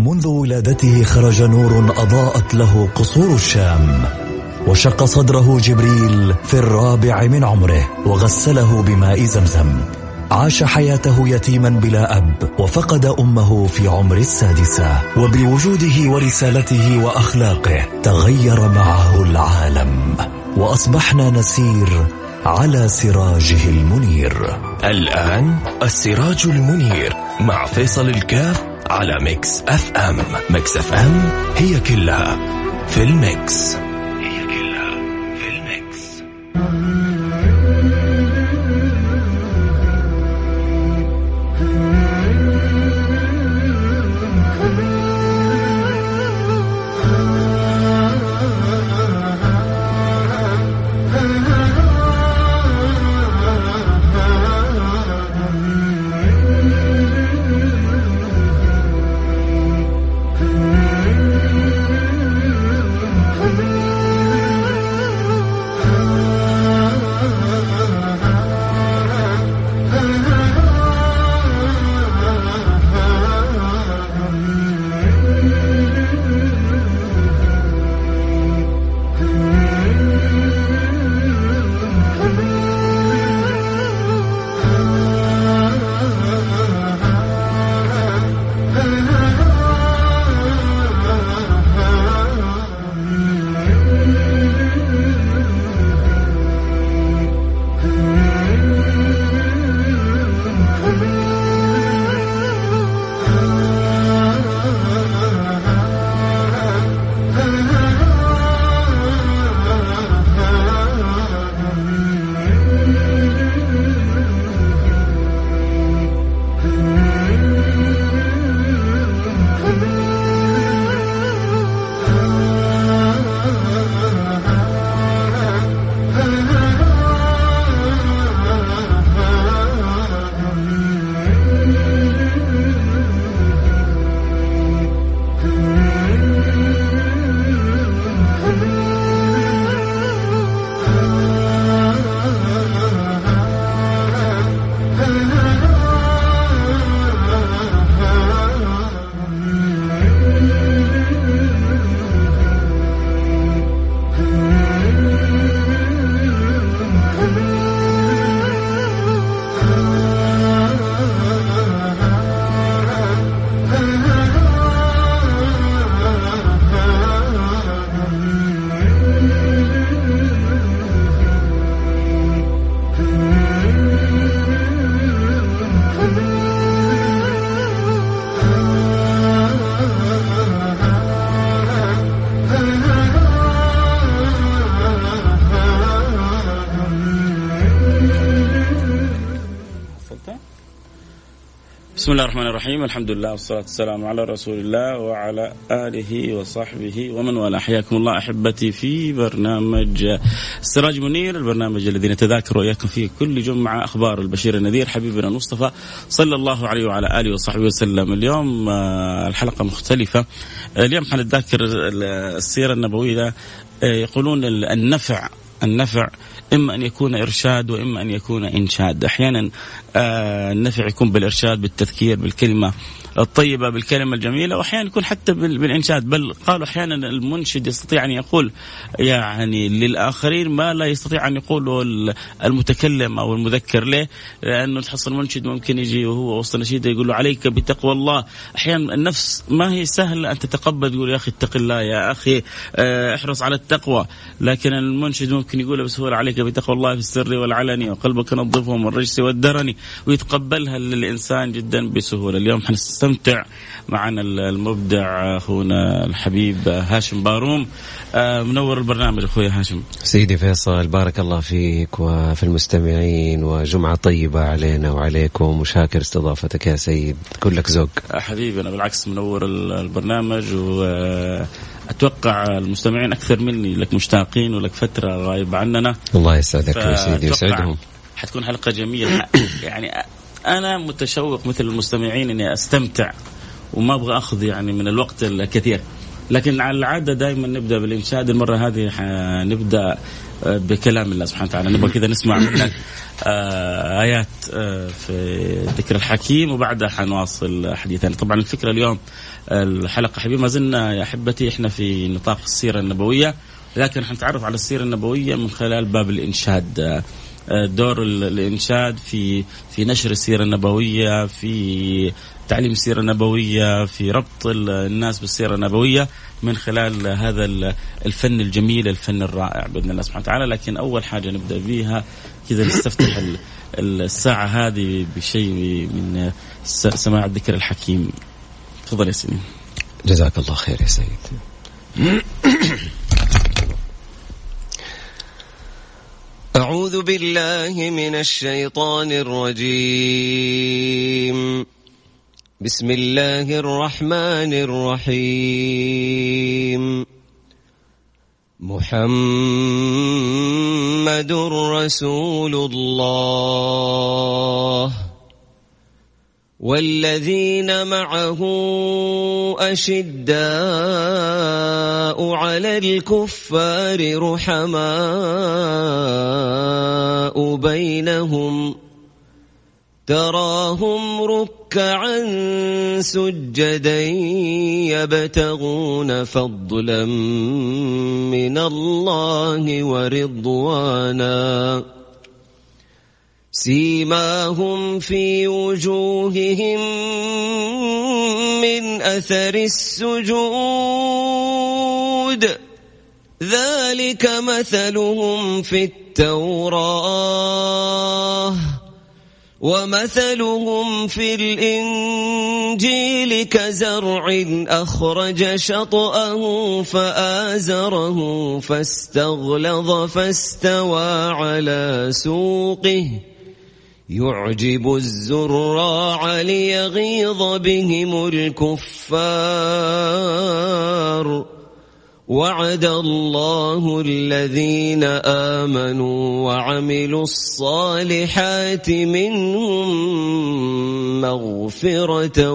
منذ ولادته خرج نور أضاءت له قصور الشام، وشق صدره جبريل في 4 من عمره وغسله بماء زمزم. عاش حياته يتيما بلا أب، وفقد أمه في عمر 6، وبوجوده ورسالته وأخلاقه تغير معه العالم، وأصبحنا نسير على سراجه المنير. الآن السراج المنير مع فيصل الكاف على ميكس اف ام. ميكس اف ام هي كلها في الميكس. بسم الله الرحمن الرحيم. الحمد لله والصلاة والسلام على رسول الله وعلى آله وصحبه ومن والاه. حياكم الله أحبتي في برنامج السراج منير، البرنامج الذي نتذاكر وإياكم فيه كل جمعة أخبار البشير النذير حبيبنا المصطفى صلى الله عليه وعلى آله وصحبه وسلم. اليوم الحلقة مختلفة. اليوم حنتذاكر السيرة النبوية. يقولون النفع إما أن يكون إرشاد وإما أن يكون إنشاد. أحيانا النفع يكون بالإرشاد، بالتذكير، بالكلمة الطيبة، بالكلمة الجميلة، وأحيانا يكون حتى بالإنشاد. بل قالوا أحيانا المنشد يستطيع أن يقول يعني للآخرين ما لا يستطيع أن يقوله المتكلم أو المذكر. ليه؟ لأنه تحصل المنشد ممكن يجي وهو وسط نشيده يقول له عليك بتقوى الله. أحيانا النفس ما هي سهلة أن تتقبل، يقول يا أخي اتق الله، يا أخي احرص على التقوى. لكن المنشد ممكن يقول بسهولة عليك بتقوى الله في السر والعلني، وقلبك نظفه من الرجس والدرني، ويتقبلها للإنسان جدا بسهولة. اليوم حنستمتع معنا المبدع أخونا الحبيب هاشم باروم. منور البرنامج أخويا هاشم. سيدي فيصل، بارك الله فيك وفي المستمعين، وجمعة طيبة علينا وعليكم، وشاكر استضافتك يا سيد، كلك ذوق حبيبي. أنا بالعكس منور البرنامج، وأتوقع المستمعين أكثر مني لك مشتاقين، ولك فترة غايب عننا. الله يسعدك يا سيدي ويسعدهم. حتكون حلقة جميلة. يعني أنا متشوق مثل المستمعين إني أستمتع وما أبغى أخذ يعني من الوقت الكثير. لكن على العادة دائما نبدأ بالإنشاد. المرة هذه نبدأ بكلام الله سبحانه وتعالى. نبغى كذا نسمع منك آيات في ذكر الحكيم وبعدها حنواصل حديثنا. طبعا الفكرة اليوم الحلقة حبيبي ما زلنا يا أحبتي إحنا في نطاق السيرة النبوية، لكن حنتعرف على السيرة النبوية من خلال باب الإنشاد. دور الإنشاد في نشر السيرة النبوية، في تعليم السيرة النبوية، في ربط الناس بالسيرة النبوية من خلال هذا الفن الجميل، الفن الرائع بإذن الله سبحانه وتعالى. لكن أول حاجة نبدأ بيها كذا نستفتح الساعة هذه بشيء من سماع الذكر الحكيم. تفضل يا سيدي. جزاك الله خير يا سيد. أعوذ بالله من الشيطان الرجيم. بسم الله الرحمن الرحيم. محمد رسول الله والذين معه أشداء على الكفار رحماء بينهم تراهم ركعا سجدا يبتغون فضلا من الله ورضوانا سيماهم في وجوههم من أثر السجود ذلك مثلهم في التوراة ومثلهم في الإنجيل كزرع أخرج شطأه فآزره فاستغلظ فاستوى على سوقه يعجب الزراع ليغيظ بهم الكفار وعد الله الذين آمنوا وعملوا الصالحات منهم مغفرة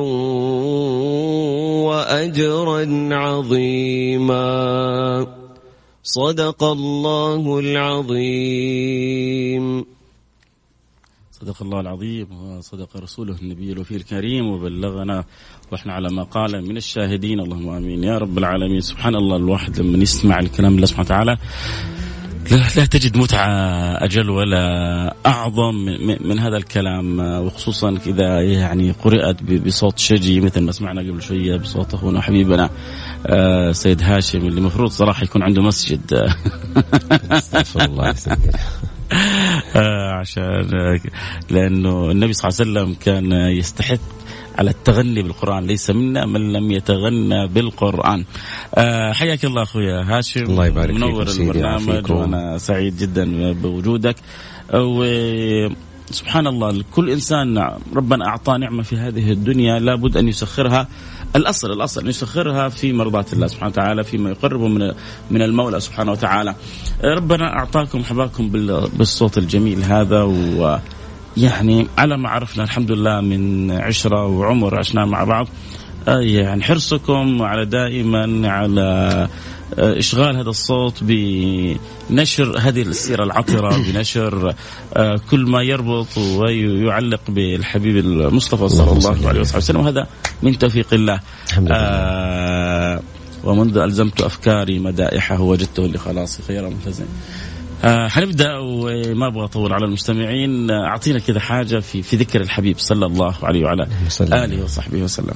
وأجرا عظيما. صدق الله العظيم. صدق الله العظيم وصدق رسوله النبي الوفي الكريم وبلغنا وإحنا على ما قال من الشاهدين. اللهم آمين يا رب العالمين. سبحان الله، الواحد لما يسمع الكلام الله سبحانه وتعالى لا تجد متعة أجل ولا أعظم من هذا الكلام، وخصوصا إذا يعني قرأت بصوت شجي مثل ما سمعنا قبل شوية بصوت أخونا وحبيبنا سيد هاشم اللي مفروض صراحة يكون عنده مسجد. استغفر الله يا سيدي. عشان لأنه النبي صلى الله عليه وسلم كان يستحث على التغني بالقرآن، ليس منا من لم يتغنى بالقرآن. حياك الله أخويا هاشم، الله يبارك منور فيك البرنامج وأنا سعيد جدا بوجودك. وسبحان الله كل إنسان ربنا أعطاه نعمة في هذه الدنيا لابد أن يسخرها. الأصل أن يسخرها في مرضاة الله سبحانه وتعالى، فيما يقربه من المولى سبحانه وتعالى. ربنا أعطاكم حباكم بالصوت الجميل هذا، ويعني على ما عرفنا الحمد لله من عشرة وعمر عشنا مع بعض، يعني حرصكم على دائما على إشغال هذا الصوت بنشر هذه السيرة العطرة، بنشر كل ما يربط ويعلق بالحبيب المصطفى صلى الله عليه وسلم، وهذا من توفيق الله. ومنذ ألزمت أفكاري مدائحه وجدته لخلاصي خيرا ملتزم. حنبدأ وما أبغى أطول على المستمعين. أعطينا كذا حاجة في ذكر الحبيب صلى الله عليه وعلى آله وصحبه وسلم.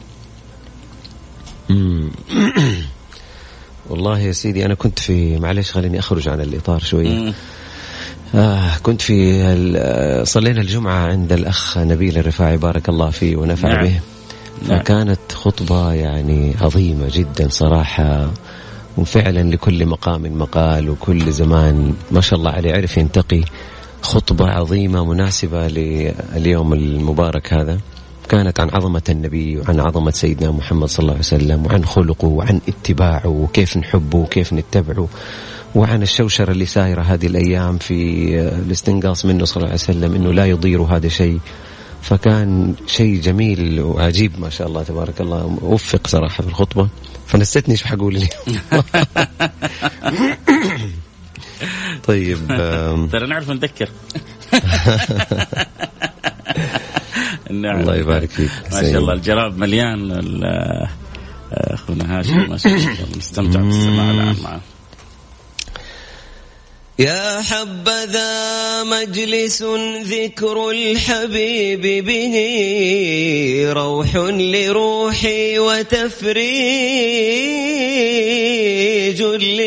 والله يا سيدي أنا كنت في معلش خليني أخرج عن الإطار شوية. كنت في صلينا الجمعة عند الأخ نبيل الرفاعي بارك الله فيه ونفع به. فكانت خطبة يعني عظيمة جدا صراحة، وفعلا لكل مقام مقال وكل زمان ما شاء الله عليه عرف ينتقي خطبة عظيمة مناسبة لليوم المبارك هذا. كانت عن عظمة النبي وعن عظمة سيدنا محمد صلى الله عليه وسلم وعن خلقه وعن اتباعه وكيف نحبه وكيف نتبعه، وعن الشوشرة اللي سايرة هذه الأيام في الاستنقاص منه صلى الله عليه وسلم إنه لا يضير هذا شيء. فكان شيء جميل وعجيب ما شاء الله تبارك الله، وفق صراحة في الخطبة. فنسيتني شو حقول لي. طيب ترى نعرف نذكر. الله يبارك فيك. ما شاء الله الجراب مليان. أخونا هاشم ما شاء الله مستمتع بالسماع الآن معه. يا حبذا مجلس ذكر الحبيب به روح لروحي وتفريج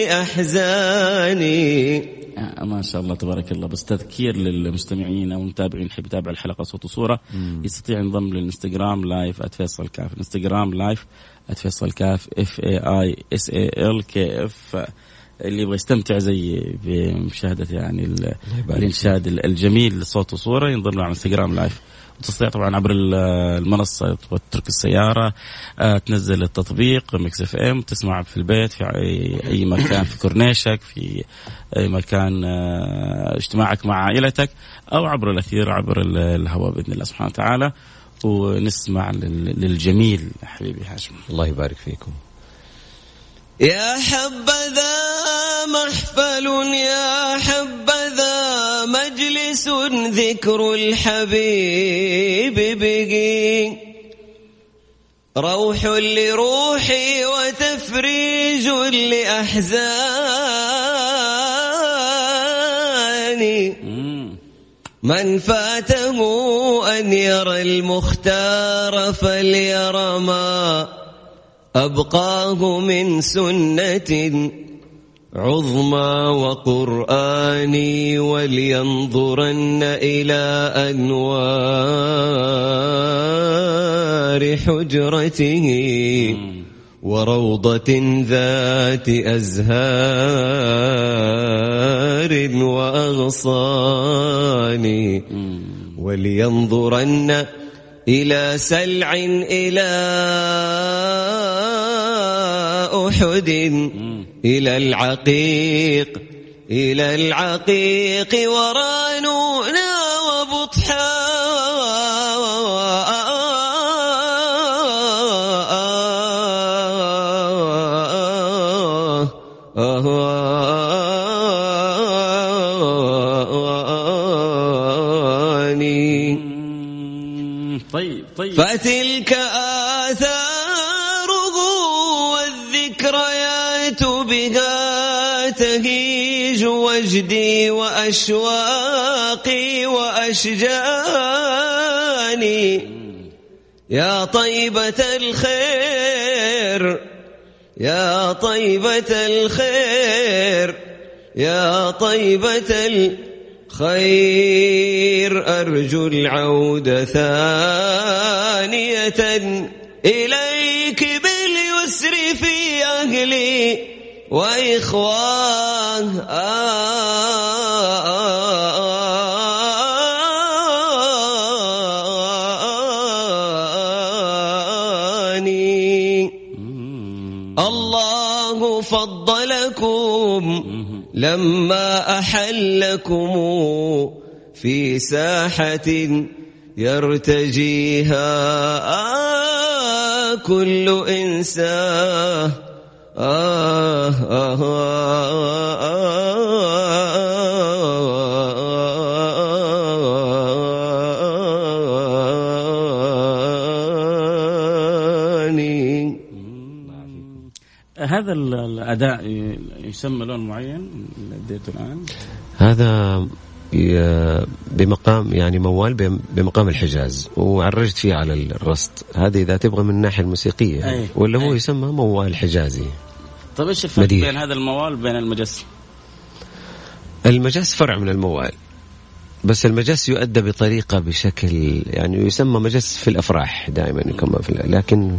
لأحزاني. ما شاء الله تبارك الله. بس تذكير للمستمعين أو المتابعين يحب يتابع الحلقة صوت وصورة يستطيع ينضم للإنستغرام لايف @فيصل كاف. الإنستغرام لايف @فيصل كاف FAISALKF. اللي يبغى يستمتع زي بمشاهدة يعني الإنشاد الجميل لصوت وصورة ينضم له على انستغرام لايف. وتستطيع طبعا عبر المنصة تترك السيارة تنزل التطبيق ميكس اف ام تسمع في البيت في أي مكان في كورنيشك في أي مكان اجتماعك مع عائلتك أو عبر الأثير عبر الهواء بإذن الله سبحانه وتعالى. ونسمع للجميل حبيبي هاشم. الله يبارك فيكم. يا حبذا محفل يا حبذا مجلس ذكر الحبيب به روح لروحي وتفريج لأحزاني. من فاته أن يرى المختار فليرى ما أبقاه من سنة عظمى وقرآني ولينظرن إلى أنوار حجرته وروضة ذات أزهار وأغصان ولينظرن إلى سلع إلى أحد إلى العقيق ورانونا وبطحا طيب. فتلك آثاره والذكريات بها تهيج وجدي وأشواقي وأشجاني. يا طيبة الخير يا طيبة الخير يا طيبة خير أرجو العودة ثانية إليك باليسر في أهلي وإخواني. الله فضلكم لما أحلكم في ساحة يرتجيها كل إنسان. هذا الأداء يسمى لون معين اللي اديته الآن؟ هذا بمقام يعني موال بمقام الحجاز وعرجت فيه على الرصد. هذه إذا تبغى من الناحية الموسيقية ولا هو يسمى موال حجازي. طيب إيش الفرق بين هذا الموال وبين المجس؟ المجس فرع من الموال بس المجس يؤدى بطريقة بشكل يعني يسمى مجس في الأفراح دائما كما لكن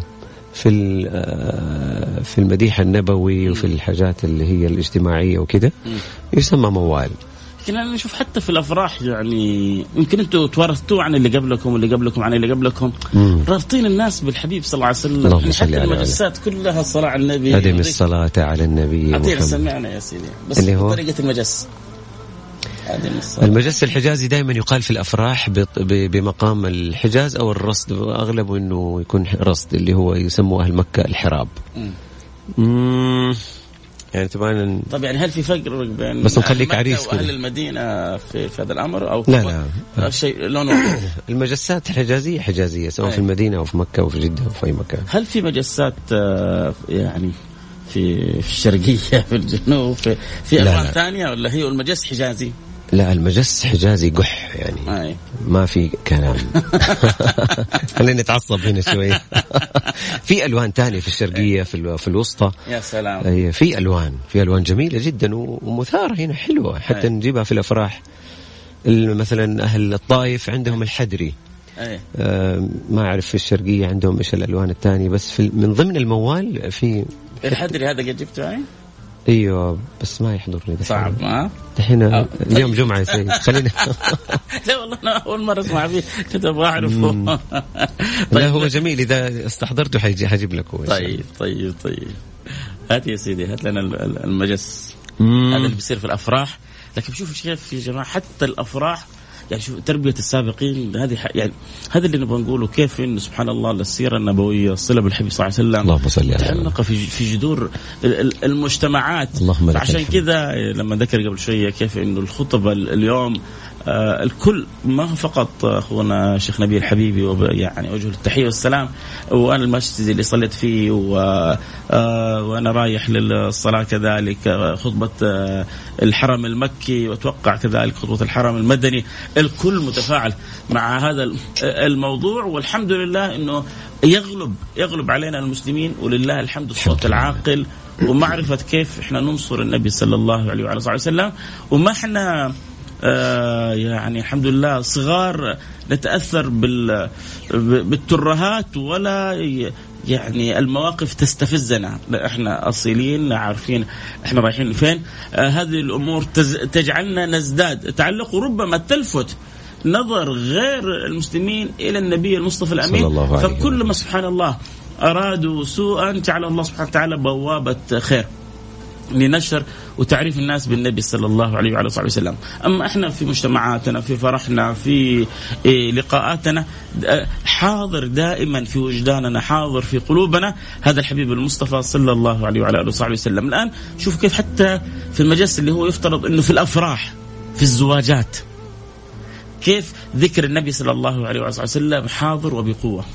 في المديح النبوي وفي الحاجات اللي هي الاجتماعية وكده يسمى موال. لكن أنا نشوف حتى في الأفراح يعني يمكن أنتوا توارثتوا عن اللي قبلكم واللي قبلكم عن اللي قبلكم رابطين الناس بالحبيب صلى الله عليه وسلم. يعني حتى المجسات كلها الصلاة على النبي أدم الصلاة على النبي محمد. سمعنا يا سيدي بس بطريقة المجس. المجس الحجازي دائما يقال في الأفراح بمقام الحجاز أو الرصد. أغلبه أنه يكون رصد اللي هو يسموه أهل مكة الحراب. يعني طبعا. طب يعني هل في فرق بين بس نخليك عريس وأهل المدينة في هذا الأمر أو لا شيء لونه؟ المجسات حجازية سواء في المدينة أو في مكة أو في جدة أو في أي مكان. هل في مجسات يعني في الشرقية في الجنوب في ألوان ثانية ولا هي المجس حجازي؟ لا المجس حجازي قح يعني ما في كلام. خلينا نتعصب هنا شوي. في ألوان تانية في الشرقية في الوسطى. يا سلام. في ألوان جميلة جدا ومثارة هنا حلوة حتى نجيبها في الأفراح. مثلا أهل الطائف عندهم الحدري. ما أعرف في الشرقية عندهم إيش الألوان التانية بس من ضمن الموال في الحدري هذا قد جبته يعني؟ ايوه بس ما يحضرني صعب. دحين اليوم جمعة يا سيد خلينا. لا والله أنا أول مرة أسمع فيه كنت أبغى أعرفه. لا هو جميل إذا استحضرته حجيب لك. طيب هات يا سيدي هات لنا المجس هذا اللي بيصير في الأفراح. لكن شوفوا كيف يا جماعة حتى الأفراح يعني شوف تربية السابقين هذه يعني هذا اللي نبغى نقوله كيف إنه سبحان الله السيرة النبوية الصلة بالحبيب صلى الله عليه وسلم اللهم صل عليه تعلق في جذور المجتمعات. عشان كذا لما ذكر قبل شوية كيف إنه الخطبة اليوم الكل ما فقط أخونا شيخ نبيل الحبيبي يعني وجه التحية والسلام وأنا المسجد اللي صليت فيه وأنا رايح للصلاة كذلك خطبة الحرم المكي وأتوقع كذلك خطبة الحرم المدني. الكل متفاعل مع هذا الموضوع والحمد لله إنه يغلب علينا المسلمين ولله الحمد الصوت العاقل ومعرفة كيف إحنا ننصر النبي صلى الله عليه وعلى صحبه وسلم وما إحنا يعني الحمد لله صغار نتأثر بالترهات ولا يعني المواقف تستفزنا. احنا أصيلين عارفين احنا رايحين فين. هذه الأمور تجعلنا نزداد تعلق وربما تلفت نظر غير المسلمين إلى النبي المصطفى الأمين. فكل ما سبحان الله أرادوا سوءا جعل الله سبحانه وتعالى بوابة خير لنشر وتعريف الناس بالنبي صلى الله عليه وعلى صحبه وسلم. أما إحنا في مجتمعاتنا في فرحنا في لقاءاتنا حاضر دائما في وجداننا حاضر في قلوبنا هذا الحبيب المصطفى صلى الله عليه وعلى صحبه وسلم. الآن شوف كيف حتى في المجلس اللي هو يفترض إنه في الأفراح في الزواجات كيف ذكر النبي صلى الله عليه وعلى صحبه وسلم حاضر وبقوة.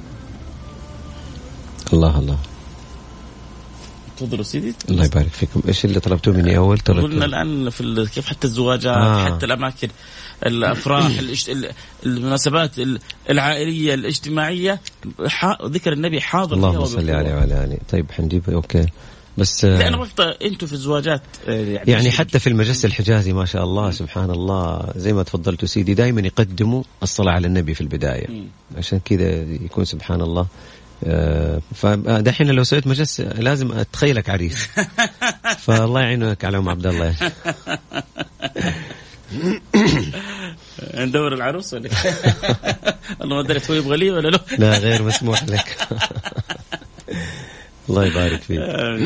الله تفضلوا سيدي. الله يبارك فيكم. ايش اللي طلبتوه مني اول؟ قلنا الان في كيف حتى الزواجات حتى الاماكن الافراح المناسبات العائليه الاجتماعيه ذكر النبي حاضر. اللهم صل عليه وعلى اله. طيب حنجيب اوكي بس لأن وقت انتم في الزواجات يعني حتى في المجلس الحجازي ما شاء الله سبحان الله زي ما تفضلتوا سيدي دائما يقدموا الصلاه على النبي في البدايه عشان كذا يكون سبحان الله. فدحين لو سويت مجلس لازم اتخيلك عريس. فالله يعينك على ام عبد الله. ندور العروس ولا الله ما درت هو يبغى لي ولا لا غير مسموح لك. الله يبارك فيك.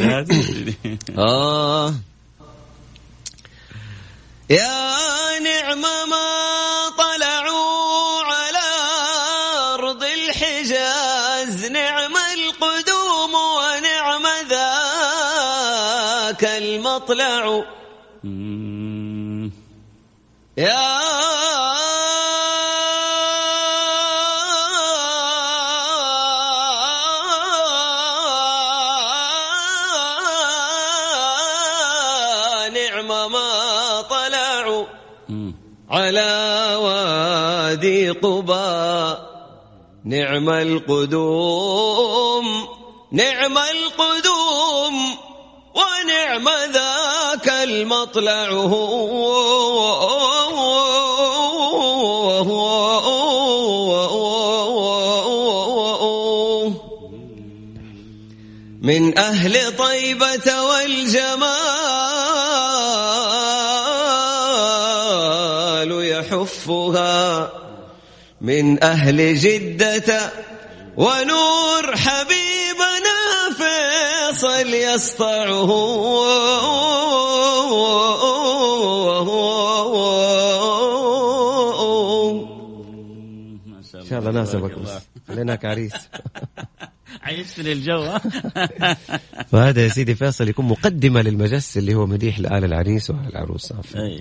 يا نعم ما طلعوا على أرض الحجاز نعم القدوم ونعم ذاك المطلع. يا نعم ما طلعوا على وادي قباء نعم القدوم ونعم ذاك المطلع. من أهل طيبة والجمال يحفها من أهل جدة ونور حبيبنا فيصل يسطعه. إن شاء الله ناسبك بس خليناك عريس. عايشني الجو. وهذا يا سيدي فيصل يكون مقدمة للمجس اللي هو مديح لآل العريس وآل العروس.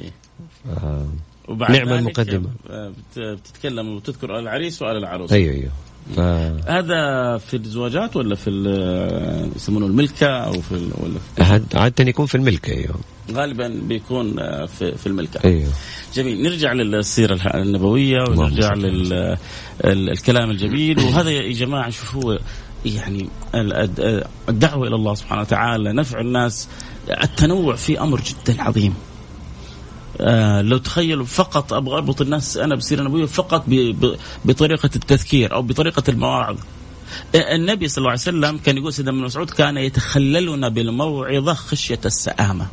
نعم المقدمة. بتتكلم وتذكر العريس وآل العروس. أيوه. هذا في الزواجات ولا في يسمونه الملكة أو في ولا عادة يكون في الملكة. أيوه غالبا بيكون في الملكة. أيوه. جميل. نرجع للسيرة النبوية ونرجع للكلام الجميل. وهذا يا جماعة شوفوا يعني الدعوة إلى الله سبحانه وتعالى نفع الناس. التنوع في أمر جدا عظيم. لو تخيلوا فقط أبغى أربط الناس أنا بسيرة نبوية فقط بطريقة التذكير أو بطريقة المواعظ. النبي صلى الله عليه وسلم كان يقول سيدنا ابن مسعود كان يتخللنا بالموعظة خشية السآمة.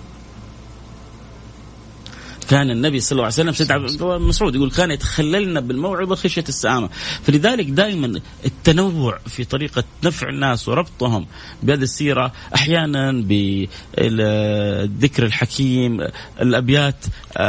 كان النبي صلى الله عليه وسلم سيدنا مسعود يقول كان يتخللنا بالموعظة خشية السآمة. فلذلك دائما التنوع في طريقة نفع الناس وربطهم بهذه السيرة أحيانا بالذكر الحكيم الأبيات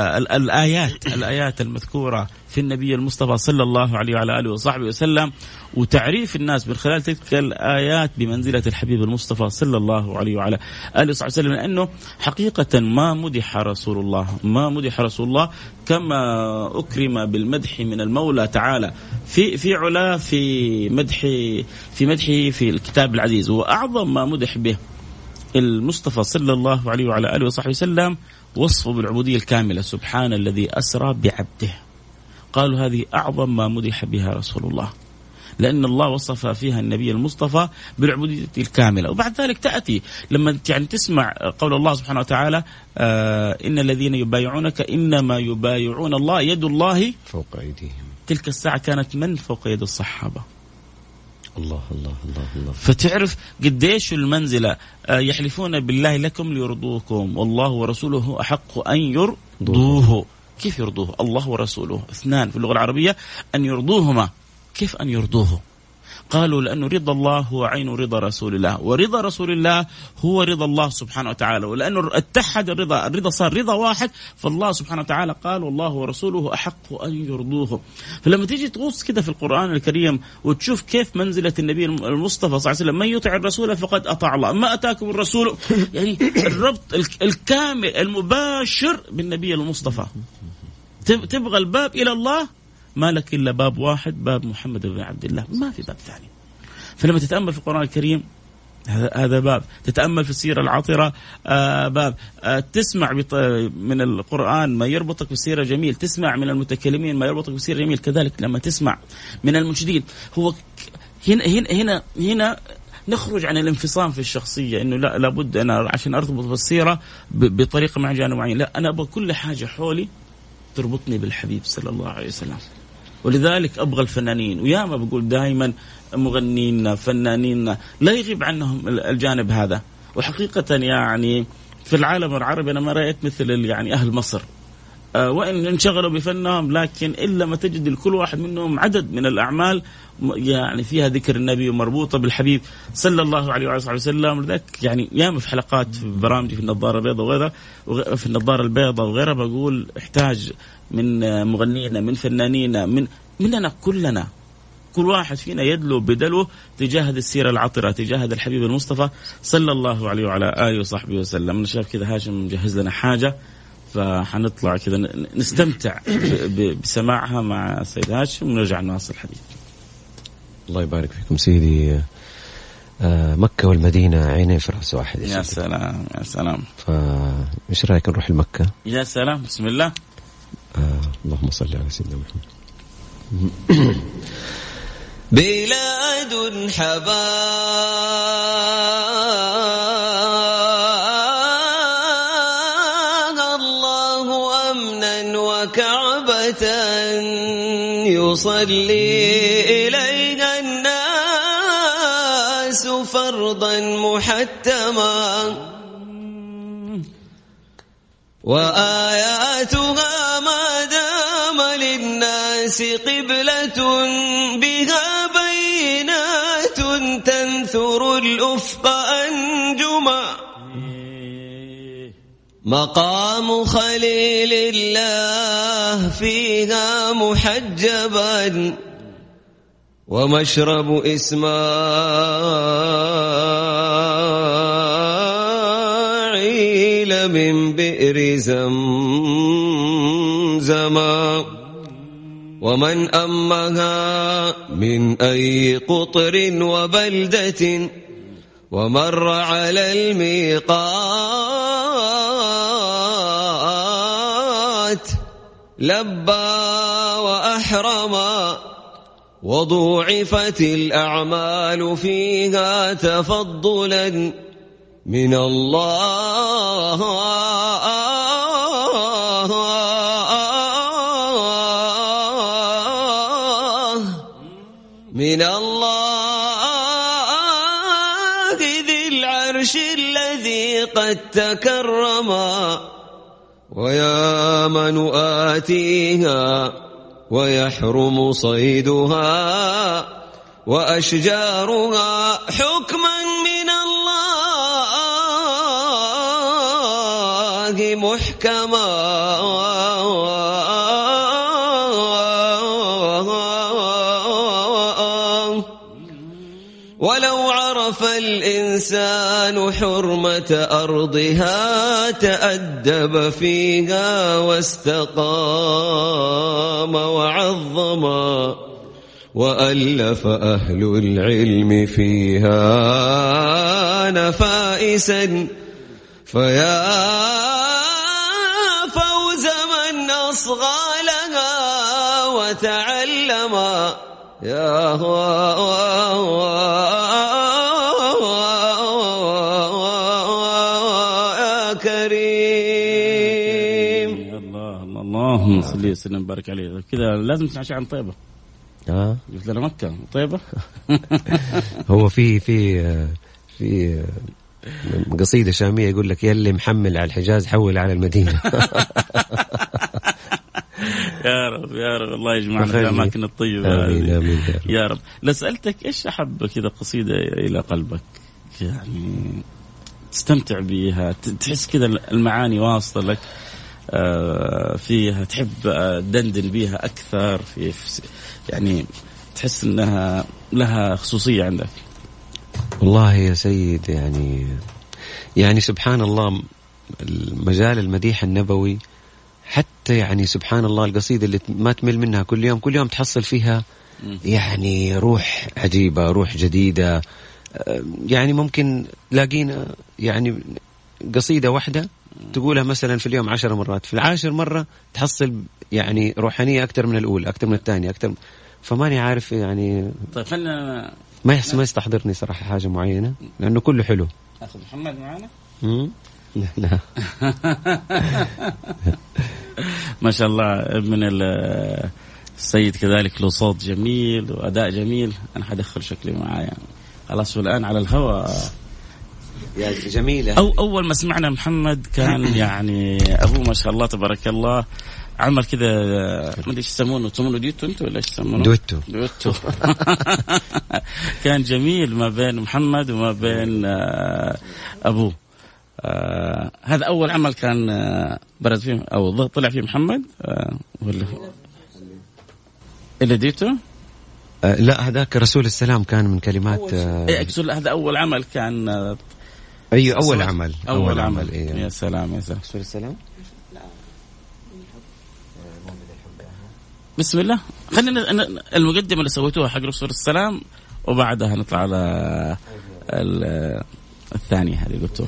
الآيات المذكورة في النبي المصطفى صلى الله عليه وعلى آله وصحبه وسلم وتعريف الناس من خلال تلك الآيات بمنزلة الحبيب المصطفى صلى الله عليه وعلى آله وصحبه وسلم. لأنه حقيقة ما مدح رسول الله كما أكرم بالمدح من المولى تعالى في علا في مدحه في الكتاب العزيز. وأعظم ما مدح به المصطفى صلى الله عليه وعلى آله وصحبه وسلم وصفه بالعبودية الكاملة. سبحان الذي أسرى بعبده. قالوا هذه أعظم ما مدح بها رسول الله لأن الله وصف فيها النبي المصطفى بالعبودية الكاملة. وبعد ذلك تأتي لما يعني تسمع قول الله سبحانه وتعالى إن الذين يبايعونك إنما يبايعون الله يد الله فوق أيديهم. تلك الساعة كانت من فوق يد الصحابة. الله. فتعرف قديش المنزلة. يحلفون بالله لكم ليرضوكم والله ورسوله أحق أن يرضوه. كيف يرضوه؟ الله ورسوله اثنان في اللغة العربية. أن يرضوهما كيف أن يرضوه؟ قالوا لأنه رضا الله هو عين رضا رسول الله ورضا رسول الله هو رضا الله سبحانه وتعالى. ولأنه اتحد الرضا صار رضا واحد. فالله سبحانه وتعالى قال والله ورسوله أحق أن يرضوه. فلما تيجي تغوص كده في القرآن الكريم وتشوف كيف منزلة النبي المصطفى صلى الله عليه وسلم من يطع الرسول فقد أطاع الله ما أتاكم الرسول يعني الربط الكامل المباشر بالنبي المصطفى. تبغى الباب إلى الله ما لك إلا باب واحد باب محمد بن عبد الله ما في باب ثاني. فلما تتأمل في القرآن الكريم هذا باب. تتأمل في السيرة العطرة باب. تسمع من القرآن ما يربطك بالسيرة جميل. تسمع من المتكلمين ما يربطك بالسيرة جميل. كذلك لما تسمع من المنشدين هو هنا نخرج عن الانفصام في الشخصية إنه لا لابد أنا عشان أرتبط بالسيرة بطريقة معينة لا أنا أبغى كل حاجة حولي تربطني بالحبيب صلى الله عليه وسلم. ولذلك أبغى الفنانين وياما بقول دائما مغنين فنانين لا يغيب عنهم الجانب هذا. وحقيقة يعني في العالم العربي أنا ما رأيت مثل يعني أهل مصر وإن انشغلوا بفنهم لكن إلا ما تجد لكل واحد منهم عدد من الأعمال يعني فيها ذكر النبي ومربوطة بالحبيب صلى الله عليه وسلم. لذلك يعني ياما في حلقات في برامجي في النظارة البيضاء وغيرها في النظارة البيضاء وغيرها بقول احتاج من مغنينا من فنانينا مننا كلنا كل واحد فينا يدلو بدلو تجاه هذه السيرة العطرة تجاه هذا الحبيب المصطفى صلى الله عليه وعلى آله وصحبه وسلم. أنا شايف كذا هاشم مجهز لنا حاجة فحنطلع كذا نستمتع بسماعها مع سيد هاشم ونرجع نواصل الحديث. الله يبارك فيكم سيدي. مكة والمدينة عينين في رأس واحد. يا سلام يا سلام. إيش رأيك نروح لمكة؟ يا سلام بسم الله. اللهم صل على سيدنا محمد. بلاد حباها الله أمنا وكعبة يصلي إليها الناس فرضا محتما وآياتها ما دام للناس قبلة بها بينات تنثر الأفق أنجما مقام خليل الله فيها محجبا ومشرب إسماعيل من بئر زمزم ومن أمها من أي قطر وبلدة ومر على الميقات لبى وأحرما وضوعفت الأعمال فيها تفضلا من الله ذي العرش الذي قد تكرما ويا من آتيها ويحرم صيدها وأشجارها حكما من الله محكما ولو عرف الإنسان حرمة أرضها تأدب فيها واستقام وعظما وألف أهل العلم فيها نفائسا فيا فوز من أصغى لها وتعلما يا كريم. الله اللهم صل وسلم وبارك عليه. كذا لازم تنعشى عن طيبة. قلت لنا مكة طيبة. هو في قصيدة شامية يقول لك يلي محمل على الحجاز حول على المدينة. يا رب الله يجمعنا في الأماكن الطيبة. آمين يا رب. لسألتك إيش أحب كذا قصيدة إلى قلبك يعني تستمتع بيها تحس كذا المعاني واصلة لك فيها تحب دندن بيها أكثر في يعني تحس أنها لها خصوصية عندك؟ والله يا سيد يعني سبحان الله المجال المديح النبوي حتى يعني سبحان الله القصيدة اللي ما تمل منها كل يوم تحصل فيها يعني روح عجيبة روح جديدة. يعني ممكن لاقينا يعني قصيدة واحدة تقولها مثلا في اليوم 10 مرات في 10 مرة تحصل يعني روحانية أكتر من الأولى أكتر من الثانية أكتر. فماني عارف يعني طيب خلنا ما يستحضرني صراحة حاجة معينة لأنه كله حلو. أخذ محمد معنا. لا. ما شاء الله ابن السيد كذلك له صوت جميل وأداء جميل. أنا حدخل شكلي معايا خلاص والآن على الهواء يا جميلة. أول ما سمعنا محمد كان يعني أبوه ما شاء الله تبارك الله عمل كذا ما أدري إيش يسمونه ديوتو أنتوا ولا إيش يسمونه؟ دويتو. كان جميل ما بين محمد وما بين أبوه. هذا أول عمل كان برز فيه أو طلع فيه محمد ولا اللي ديوتو؟ لا هذاك رسول السلام كان من كلمات هذا أول عمل كان أيوة أول عمل إيه. يا سلام رسول السلام. بسم الله خلينا المقدمة اللي سويتوها حق رسول السلام وبعدها نطلع على الثانية هذه قلتوها.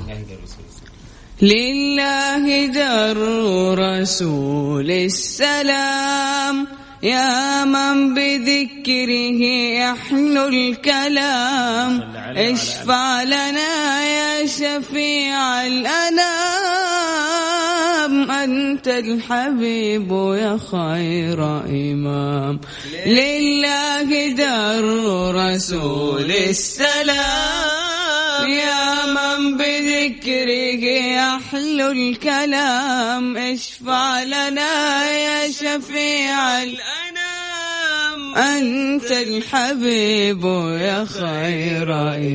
لله در رسول السلام يا من بذكره يحلو الكلام اشفع لنا يا شفيع الأنام أنت الحبيب يا خير إمام. لله در رسول السلام يا من بذكره يحلو الكلام اشفع لنا يا شفيع الأنام أنت الحبيب يا خير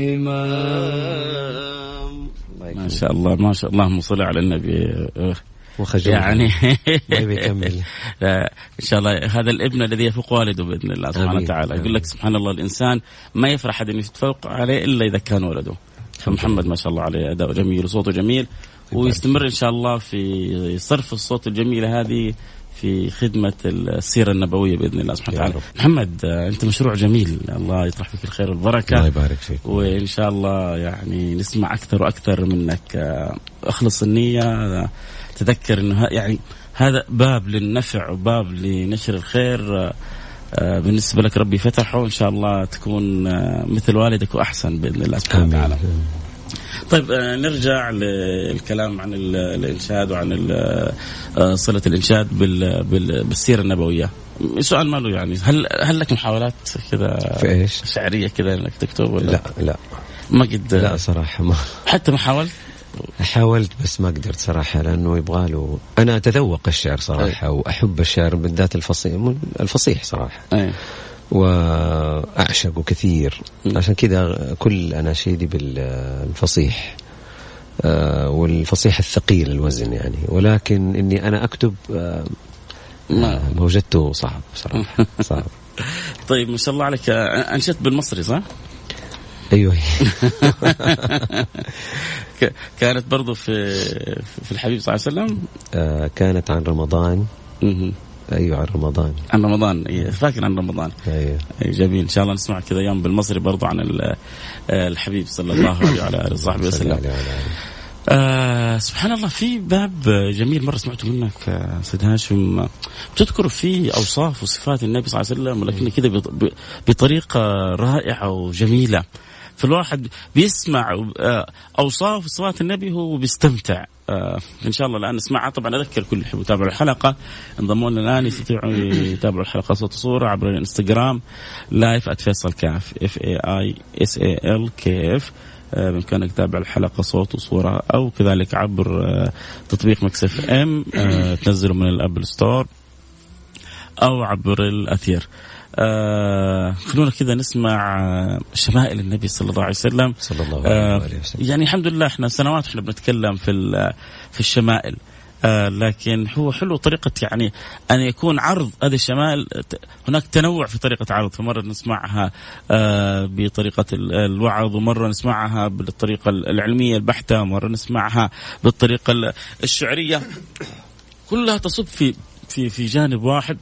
إمام. ما شاء الله اللهم صل على النبي. وخجول يعني ما بيكمل. إن شاء الله هذا الابن الذي يفوق والده بإذن الله سبحانه وتعالى. يقول لك سبحان الله الإنسان ما يفرح أحد أن يتفوق عليه إلا إذا كان ولده. محمد ما شاء الله عليه أداء جميل وصوته جميل، ويستمر إن شاء الله في صرف الصوت الجميلة هذه في خدمة السيرة النبوية بإذن الله سبحانه وتعالى. محمد أنت مشروع جميل، الله يطرح فيك الخير والبركة، الله يبارك فيك، وإن شاء الله يعني نسمع أكثر وأكثر منك. أخلص النية، تذكر إنه يعني هذا باب للنفع وباب لنشر الخير بالنسبة لك ربي فتحه، إن شاء الله تكون مثل والدك وأحسن بإذن الله سبحانه وتعالى. طيب نرجع للكلام عن الإنشاد وعن صلة الإنشاد بالسيرة النبوية. سؤال ماله يعني هل لك محاولات كذا في إيش شعرية كذا إنك تكتب ولا لا ما قد؟ لا صراحة ما حتى ما حاولت. حاولت بس ما قدرت صراحة، لأنه يبغاله أنا أتذوق الشعر صراحة وأحب الشعر بالذات الفصيح صراحة وأعشقه كثير. عشان كذا كل أناشيدي بالفصيح والفصيح الثقيل الوزن يعني، ولكن إني أنا أكتب ما وجدته صعب صراحة صعب. طيب ما شاء الله عليك، أنشدت بالمصري صح؟ أيوه. كانت برضو في الحبيب صلى الله عليه وسلم. كانت عن رمضان. أيوة عن رمضان. عن رمضان فاكر عن رمضان. أيوة جميل. إن شاء الله نسمع كذا يوم بالمصري برضو عن الحبيب صلى الله عليه وعلى آله وصحبه وسلم. سبحان الله. في باب جميل مرة سمعته منك سيد هاشم، بتذكر فيه أوصاف وصفات النبي صلى الله عليه وسلم، ولكن كده بطريقة رائعة وجميلة. فالواحد بيسمع أوصاف وصفات النبي هو بيستمتع. إن شاء الله الآن نسمعها. طبعا أذكر كل اللي يحبوا يتابعوا الحلقة انضموا لنا الآن، يستطيعوا يتابعوا الحلقة صوت وصورة عبر الانستغرام لايف @فيصل كاف FAISALKF. بإمكانك تتابع الحلقة صوت وصورة، أو كذلك عبر تطبيق مكس اف ام تنزله من الأبل ستور أو عبر الأثير. خلونا كذا نسمع شمائل النبي صلى الله عليه وسلم. صلى الله عليه وسلم. يعني الحمد لله احنا سنوات احنا بنتكلم في الشمائل، لكن هو حلو طريقة يعني أن يكون عرض هذه الشمائل. هناك تنوع في طريقة عرض، فمرة نسمعها بطريقة الوعظ، ومرة نسمعها بالطريقة العلمية البحتة، ومرة نسمعها بالطريقة الشعرية. كلها تصب في جانب واحد،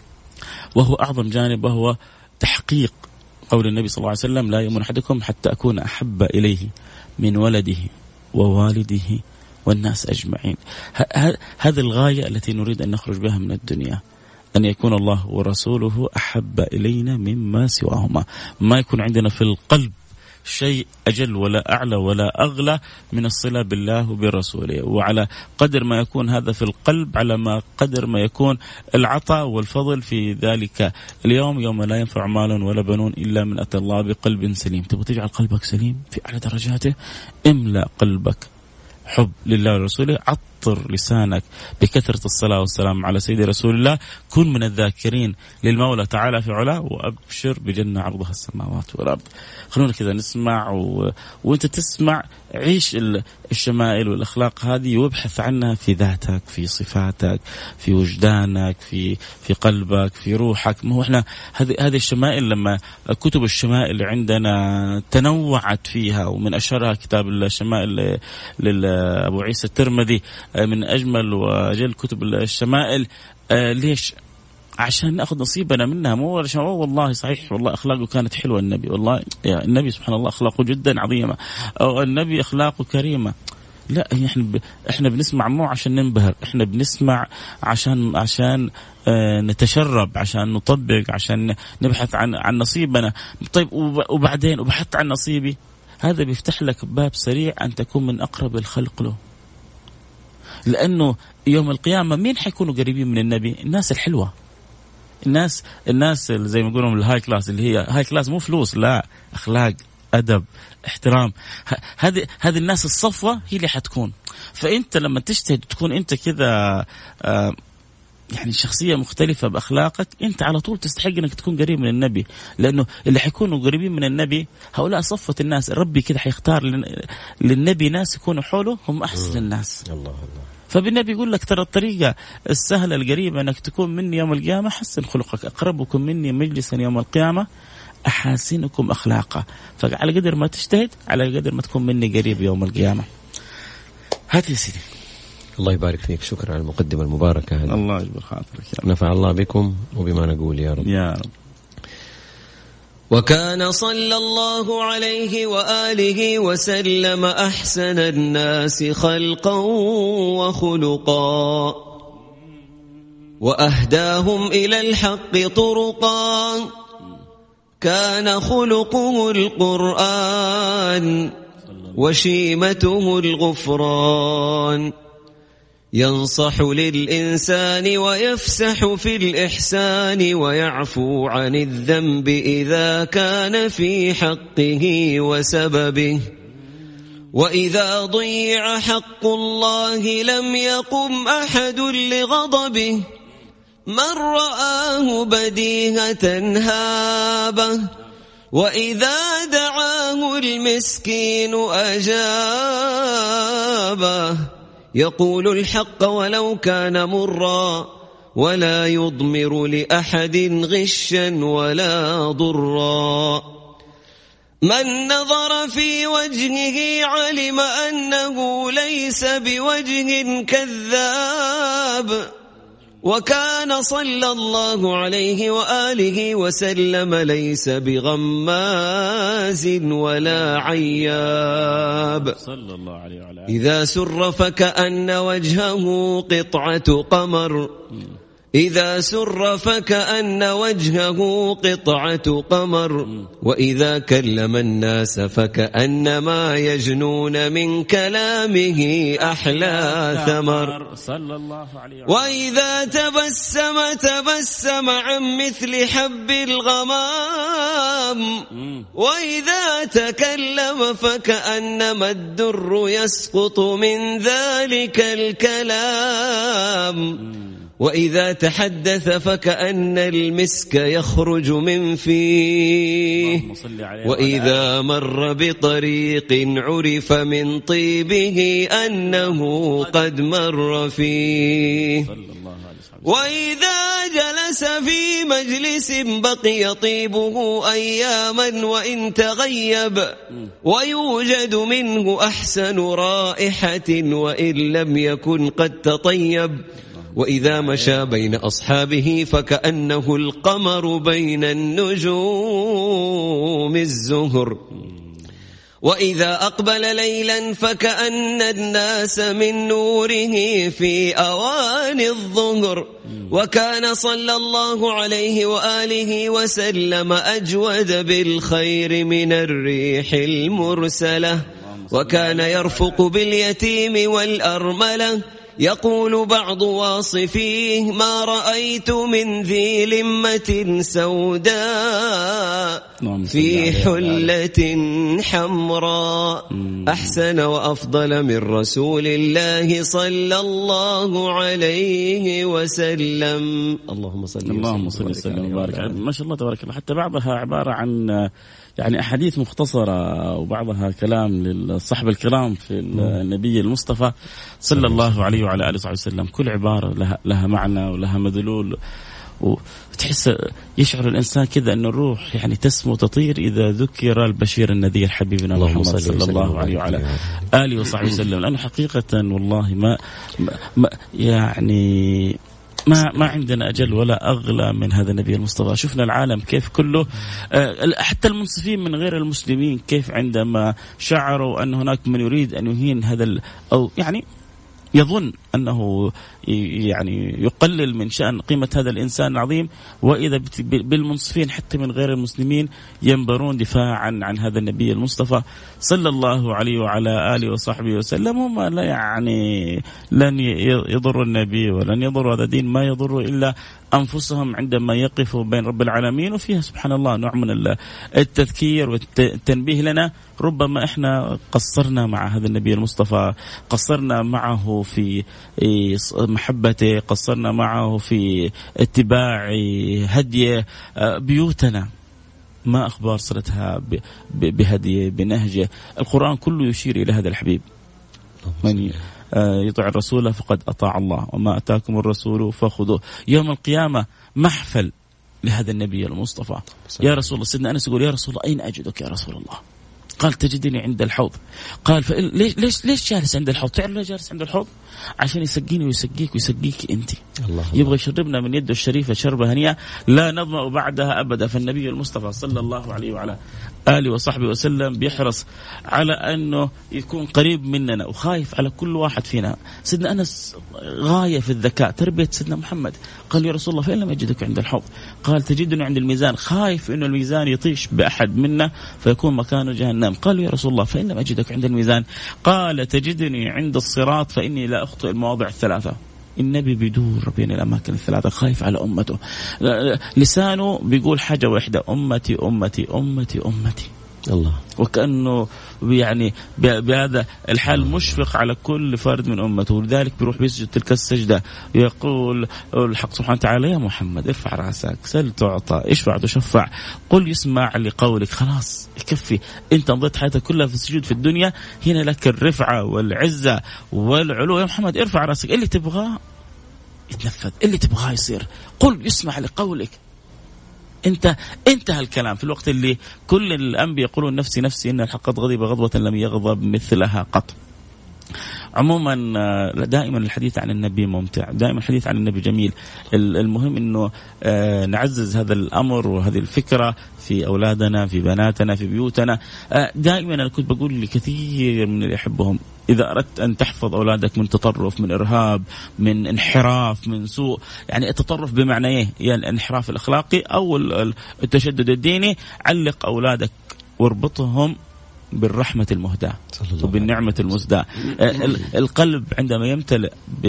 وهو أعظم جانب، وهو تحقيق قول النبي صلى الله عليه وسلم: لا يؤمن أحدكم حتى أكون أحب إليه من ولده ووالده والناس أجمعين. هذه الغاية التي نريد أن نخرج بها من الدنيا، أن يكون الله ورسوله أحب إلينا مما سواهما. ما يكون عندنا في القلب شيء أجل ولا أعلى ولا أغلى من الصلة بالله وبرسوله. وعلى قدر ما يكون هذا في القلب، على ما قدر ما يكون العطاء والفضل في ذلك اليوم، يوم لا ينفع مال ولا بنون إلا من أتى الله بقلب سليم. تبغى تجعل قلبك سليم في أعلى درجاته، املأ قلبك حب لله ورسوله، عطر لسانك بكثرة الصلاة والسلام على سيد رسول الله، كن من الذاكرين للمولى تعالى في علاه، وأبشر بجنة عرضها السماوات والأرض. خلونا كذا نسمع وانت تسمع، عيش الشمائل والأخلاق هذه، وابحث عنها في ذاتك، في صفاتك، في وجدانك، في قلبك، في روحك. ما هو احنا هذه الشمائل، لما كتب الشمائل عندنا تنوعت فيها، ومن أشهرها كتاب الشمائل لأبو عيسى الترمذي، من أجمل وأجل كتب الشمائل. ليش؟ عشان نأخذ نصيبنا منها، مو عشان والله صحيح والله أخلاقه كانت حلوة النبي، والله يا النبي سبحان الله أخلاقه جدا عظيمة، أو النبي أخلاقه كريمة. لا، إحنا بنسمع مو عشان ننبهر، إحنا بنسمع عشان نتشرب، عشان نطبق، عشان نبحث عن نصيبنا. طيب وبعدين وبحثت عن نصيبي، هذا بيفتح لك باب سريع أن تكون من أقرب الخلق له. لأنه يوم القيامة مين حيكونوا قريبين من النبي؟ الناس الحلوة، الناس اللي زي ما يقولون الهاي كلاس، اللي هي هاي كلاس مو فلوس، لا، أخلاق، أدب، احترام. هذه الناس الصفوة هي اللي حتكون. فأنت لما تجتهد تكون أنت كذا يعني شخصية مختلفة بأخلاقك، أنت على طول تستحق أنك تكون قريب من النبي، لأنه اللي حيكونوا قريبين من النبي هؤلاء صفة الناس. ربي كده حيختار للنبي ناس يكونوا حوله هم أحسن الناس. الله. فبالنبي يقول لك ترى الطريقة السهلة القريبة أنك تكون مني يوم القيامة حسن خلقك، أقربكم مني مجلسا يوم القيامة أحاسنكم أخلاقا. فعلى قدر ما تجتهد على قدر ما تكون مني قريب يوم القيامة. هات يا سيدي. الله يبارك فيك، شكرا على المقدمة المباركة هذه. الله يجبر خاطرك، نفع الله بكم وبما نقول يا رب. يا رب. وكان صلى الله عليه وآله وسلم أحسن الناس خلقا وخلقا وأهداهم إلى الحق طرقا، كان خلقه القرآن وشيمته الغفران، ينصح للإنسان ويفسح في الإحسان ويعفو عن الذنب إذا كان في حقه وسببه، وإذا ضيع حق الله لم يقم أحد لغضبه، من رآه بديهة هابه، وإذا دعاه المسكين أجابه، يقول الحق ولو كان مرا، ولا يضمر لأحد غشا ولا ضرا، من نظر في وجهه علم أنه ليس بوجه كذاب، وكان صلى الله عليه وآله وسلم ليس بغماز ولا عياب، صلى الله عليه وعلى آله. إذا سر فكأن وجهه قطعة قمر، إذا سر فكأن وجهه قطعة قمر، وإذا كلم الناس فكأنما يجنون من كلامه أحلى ثمر، صلى الله عليه. وإذا تبسم عن مثل حب الغمام، وإذا تكلم فكأنما الدر يسقط من ذلك الكلام، وإذا تحدث فكأن المسك يخرج من فيه، وإذا مر بطريق عرف من طيبه أنه قد مر فيه، وإذا جلس في مجلس بقي طيبه أياما وإن تغيب، ويوجد منه أحسن رائحة وإن لم يكن قد تطيب، وإذا مشى بين أصحابه فكأنه القمر بين النجوم الزهر، وإذا أقبل ليلا فكأن الناس من نوره في أوان الظهر، وكان صلى الله عليه وآله وسلم أجود بالخير من الريح المرسلة، وكان يرفق باليتيم والأرملة، يقول بعض واصفيه ما رأيت من ذي لمة سوداء في حلة حمراء أحسن وأفضل من رسول الله صلى الله عليه وسلم. اللهم صل وسلم وبارك. ما شاء الله تبارك الله. حتى بعضها عبارة عن يعني أحاديث مختصرة وبعضها كلام للصحب الكرام في النبي المصطفى صلى الله عليه وعلى آله وسلم. كل عبارة لها معنى ولها مدلول، وتحس يشعر الإنسان كذا أن الروح يعني تسمو تطير إذا ذكر البشير النذير حبيبنا محمد صلى الله عليه وعلى آله وصحبه وسلم. لأنه حقيقة والله ما يعني ما عندنا أجل ولا أغلى من هذا النبي المصطفى. شفنا العالم كيف كله، حتى المنصفين من غير المسلمين كيف عندما شعروا أن هناك من يريد أن يهين هذا أو يعني يظن أنه يعني يقلل من شأن قيمة هذا الإنسان العظيم، وإذا بالمنصفين حتى من غير المسلمين ينبرون دفاعا عن هذا النبي المصطفى صلى الله عليه وعلى آله وصحبه وسلم. هم لا يعني لن يضر النبي ولن يضر هذا الدين، ما يضر إلا أنفسهم عندما يقفوا بين رب العالمين. وفيها سبحان الله نوع من التذكير والتنبيه لنا. ربما إحنا قصرنا مع هذا النبي المصطفى، قصرنا معه في محبته، قصرنا معه في اتباع هديه. بيوتنا ما أخبار صلتها بهديه بنهجه. القرآن كله يشير إلى هذا الحبيب. يعني يطع الرسول فقد أطاع الله وما أتاكم الرسول فخذوه. يوم القيامة محفل لهذا النبي المصطفى. يا رسول الله، سيدنا أنس يقول يا رسول الله أين أجدك يا رسول الله؟ قال تجدني عند الحوض. قال ليش جالس عند الحوض؟ تعرف ليش جالس عند الحوض؟ عشان يسقيني ويسقيك ويسقيك أنت. يبغى يشربنا من يده الشريفة شربة هنيئة لا نظمأ بعدها أبدا. فالنبي المصطفى صلى الله عليه وعلى آله وصحبه وسلم بيحرص على أنه يكون قريب مننا وخايف على كل واحد فينا. سيدنا أنس غاية في الذكاء، تربية سيدنا محمد. قال يا رسول الله فإن لم أجدك عند الحوض؟ قال تجدني عند الميزان، خايف إنه الميزان يطيش بأحد منا فيكون مكانه جهنم. قال يا رسول الله فإن لم أجدك عند الميزان؟ قال تجدني عند الصراط فإني لا أخطئ المواضع الثلاثة. النبي بيدور بين الأماكن الثلاثة، خايف على أمته. لسانه بيقول حاجة واحدة، أمتي أمتي أمتي أمتي. الله. وكأنه يعني بهذا الحال مشفق على كل فرد من أمته، ولذلك بيروح بيسجد تلك السجدة ويقول الحق سبحانه وتعالى يا محمد ارفع رأسك، سل تعطى، اشفع تشفع، قل يسمع لقولك. خلاص يكفي، انت مضيت حياتك كلها في السجود في الدنيا، هنا لك الرفعة والعزة والعلو. يا محمد ارفع رأسك، اللي تبغاه يتنفذ، اللي تبغاه يصير، قل يسمع لقولك. انتهى الكلام في الوقت اللي كل الأنبياء يقولون نفسي نفسي، إن الحق قد غضب غضبة لم يغضب مثلها قط. عموما دائما الحديث عن النبي ممتع، دائما الحديث عن النبي جميل. المهم انه نعزز هذا الامر وهذه الفكره في اولادنا، في بناتنا، في بيوتنا. دائما انا كنت بقول لكثير من اللي يحبهم إذا أردت أن تحفظ أولادك من تطرف، من إرهاب، من انحراف، من سوء، يعني التطرف بمعنى إيه؟ يعني الانحراف الأخلاقي أو التشدد الديني، علق أولادك واربطهم بالرحمة المهداة وبالنعمة المسداة. القلب عندما يمتلئ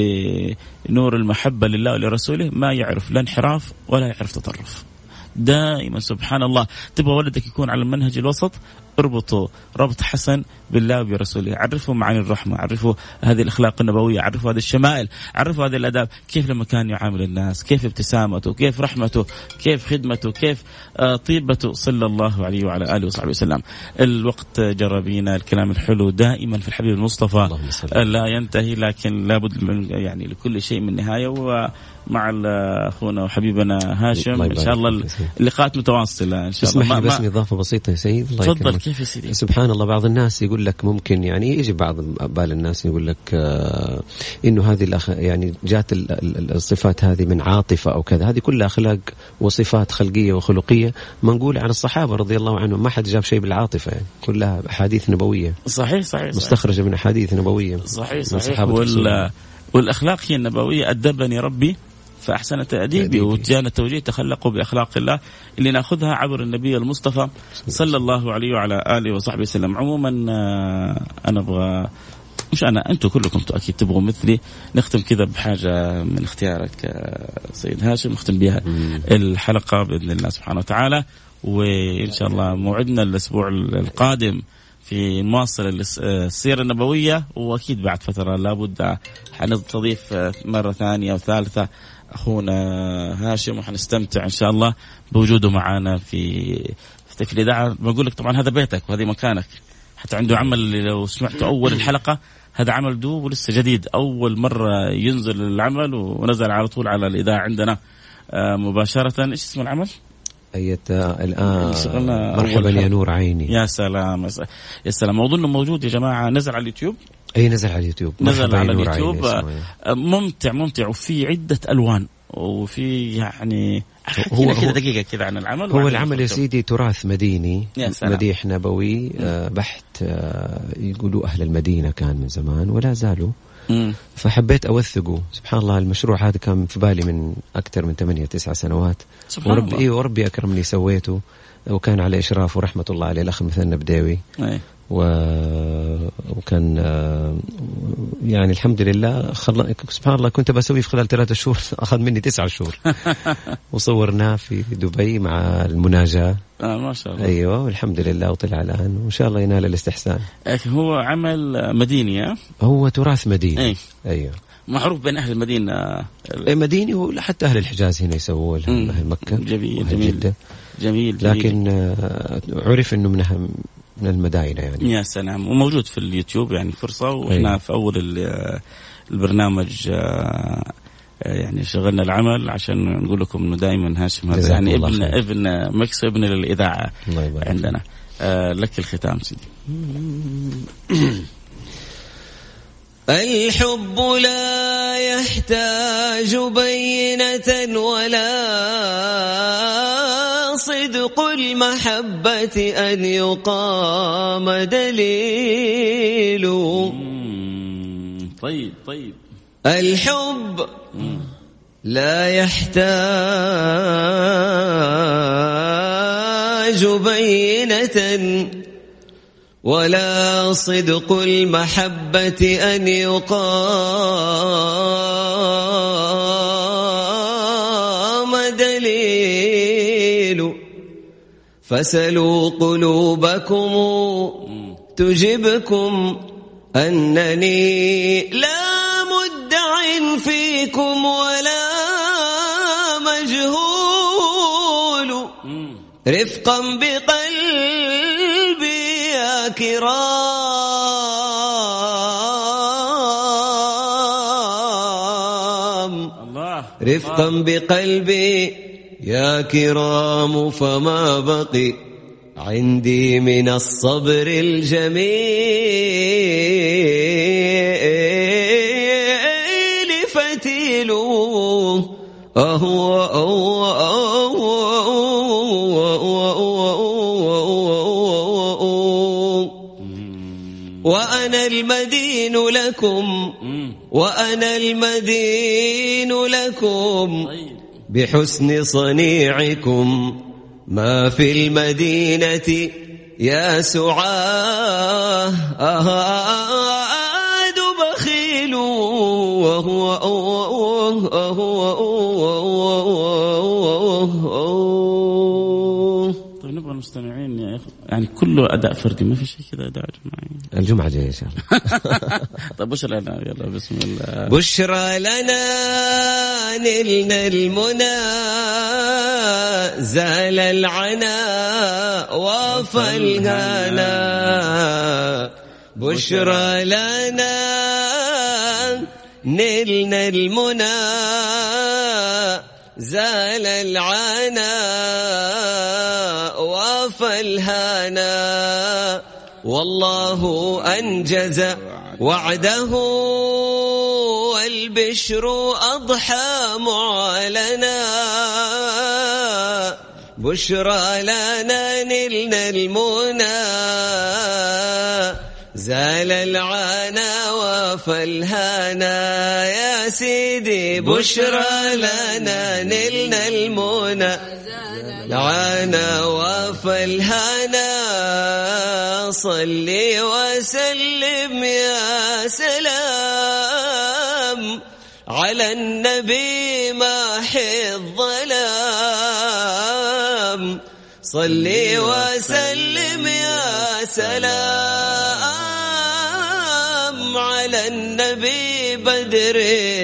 بنور المحبة لله ولرسوله ما يعرف لا انحراف ولا يعرف تطرف. دائما سبحان الله تبغى ولدك يكون على المنهج الوسط، اربطوا ربط حسن بالله وبرسوله، عرفوا معاني الرحمة، عرفوا هذه الأخلاق النبوية، عرفوا هذه الشمائل، عرفوا هذه الأداب، كيف لما كان يعامل الناس، كيف ابتسامته، كيف رحمته، كيف خدمته، كيف طيبته صلى الله عليه وعلى آله وصحبه وسلم. الوقت جرى بينا، الكلام الحلو دائما في الحبيب المصطفى لا ينتهي، لكن لابد من يعني لكل شيء من نهاية. ومع أخونا وحبيبنا هاشم إن شاء الله اللقاءات متواصلة إن شاء الله. اسمح لي بس إضافة بسيطة يا سيد. تفضل. كيف يا سيدي؟ سبحان الله، بعض الناس يقول لك ممكن يعني يجي بعض بال الناس يقول لك إنه هذه يعني جات الصفات هذه من عاطفة أو كذا. هذه كلها أخلاق وصفات خلقية وخلقية منقولة عن الصحابة رضي الله عنهم، ما حد جاب شيء بالعاطفة، يعني كلها أحاديث نبوية. صحيح مستخرجة من أحاديث نبوية. صحيح. والأخلاق هي النبوية. أدبني ربي فأحسن تأديبي، وجانا التوجيه تخلقوا بأخلاق الله اللي نأخذها عبر النبي المصطفى صلى الله عليه وعلى آله وصحبه وسلم. عموما أنا أبغى، مش أنا، أنتم كلكم أكيد تبغوا مثلي، نختم كذا بحاجة من اختيارك سيد هاشم، نختم بها الحلقة بإذن الله سبحانه وتعالى. وإن شاء الله موعدنا الأسبوع القادم في مواصلة السيرة النبوية، وأكيد بعد فترة لابد حنستضيف مرة ثانية أو ثالثة أخونا هاشم، وحنستمتع إن شاء الله بوجوده معنا في الإذاعة. بقول لك طبعا هذا بيتك وهذه مكانك، حتى عنده عمل لو سمعت أول الحلقة، هذا عمل دوب ولسه جديد، أول مرة ينزل العمل ونزل على طول على الإذاعة عندنا مباشرة. إيش اسم العمل؟ الآن مرحبا يا نور عيني. يا سلام يا سلام. موضوعنا موجود يا جماعة، نزل على اليوتيوب. نزل على اليوتيوب، نزل على اليوتيوب. ممتع وفي عدة ألوان، وفي يعني هو كذا دقيقة كذا عن العمل. هو العمل يا سيدي تراث مديني، مديح نبوي بحت، يقولوا أهل المدينة كان من زمان ولا زالوا، فحبيت أوثقه. سبحان الله المشروع هذا كان في بالي من أكثر من 8-9 سنوات، وربي أكرمني سويته، وكان على إشراف ورحمة الله عليه الأخ مثنى بداوي. وكان يعني الحمد لله سبحان الله كنت بسوي في خلال 3 شهور، أخذ مني 9 شهور. وصورناه في دبي مع المناجاة. ما شاء الله. أيوة والحمد لله، وطلع الآن وإن شاء الله ينال الاستحسان. هو عمل مديني، هو تراث مديني. أيوة معروف بين أهل المدينة، مديني، وحتى أهل الحجاز هنا يسووه، أهل مكة. جميل. لكن عرف إنه من من المداينة يعني. يا سلام. وموجود في اليوتيوب يعني فرصة. وإحنا في أول البرنامج يعني شغلنا العمل عشان نقول لكم إنه دائما هاشم هذا يعني ابن مكس، ابن للإذاعة عندنا. لك الختام سيدي. الحب لا يحتاج بينة ولا صدق المحبة أن يقام دليل. طيب الحب لا يحتاج بينة ولا صدق المحبة أن يقام دليل. فسلوا قلوبكم تجبكم أنني لا مدع فيكم ولا مجهول. رفقا بقلبي يا كرام، رفقا بقلبي يا كرام، فما بقي عندي من الصبر الجميل فتيل. وأنا المدين لكم، وأنا المدين لكم بحسن صنيعكم. ما في المدينة يا سعاه أحد بخيل، طيب نبغى المستمعين يعني كله أداء فردي، ما في شيء كذا أداء جماعي. الجمعة جاية إن شاء الله. طيب بشرى لنا، يلا بسم الله. بشرى لنا نلنا المنى، زال العنا وافى الهنا. بشرى لنا نلنا المنى، زال العنا وافى الهنا. والله أنجز وعده والبشر أضحى معلنا. بشرى لنا نلنا المنى، زال العنا وافى الهنا. يا سيدي بشرى لنا نلنا المنى، العنا وافى الهنا. صلي وسلم يا سلام على النبي ماحي الظلام. صلي وسلم يا سلام على النبي بدر